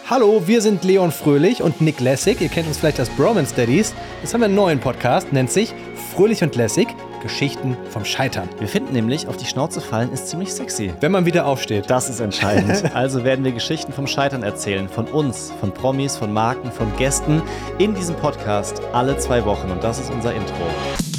Hallo, wir sind Leon Fröhlich und Nick Lessig. Ihr kennt uns vielleicht als Bromance Daddies. Jetzt haben wir einen neuen Podcast, nennt sich Fröhlich und Lessig, Geschichten vom Scheitern. Wir finden nämlich, auf die Schnauze fallen ist ziemlich sexy. Wenn man wieder aufsteht. Das ist entscheidend. Also werden wir Geschichten vom Scheitern erzählen. Von uns, von Promis, von Marken, von Gästen. In diesem Podcast alle 2 Wochen. Und das ist unser Intro.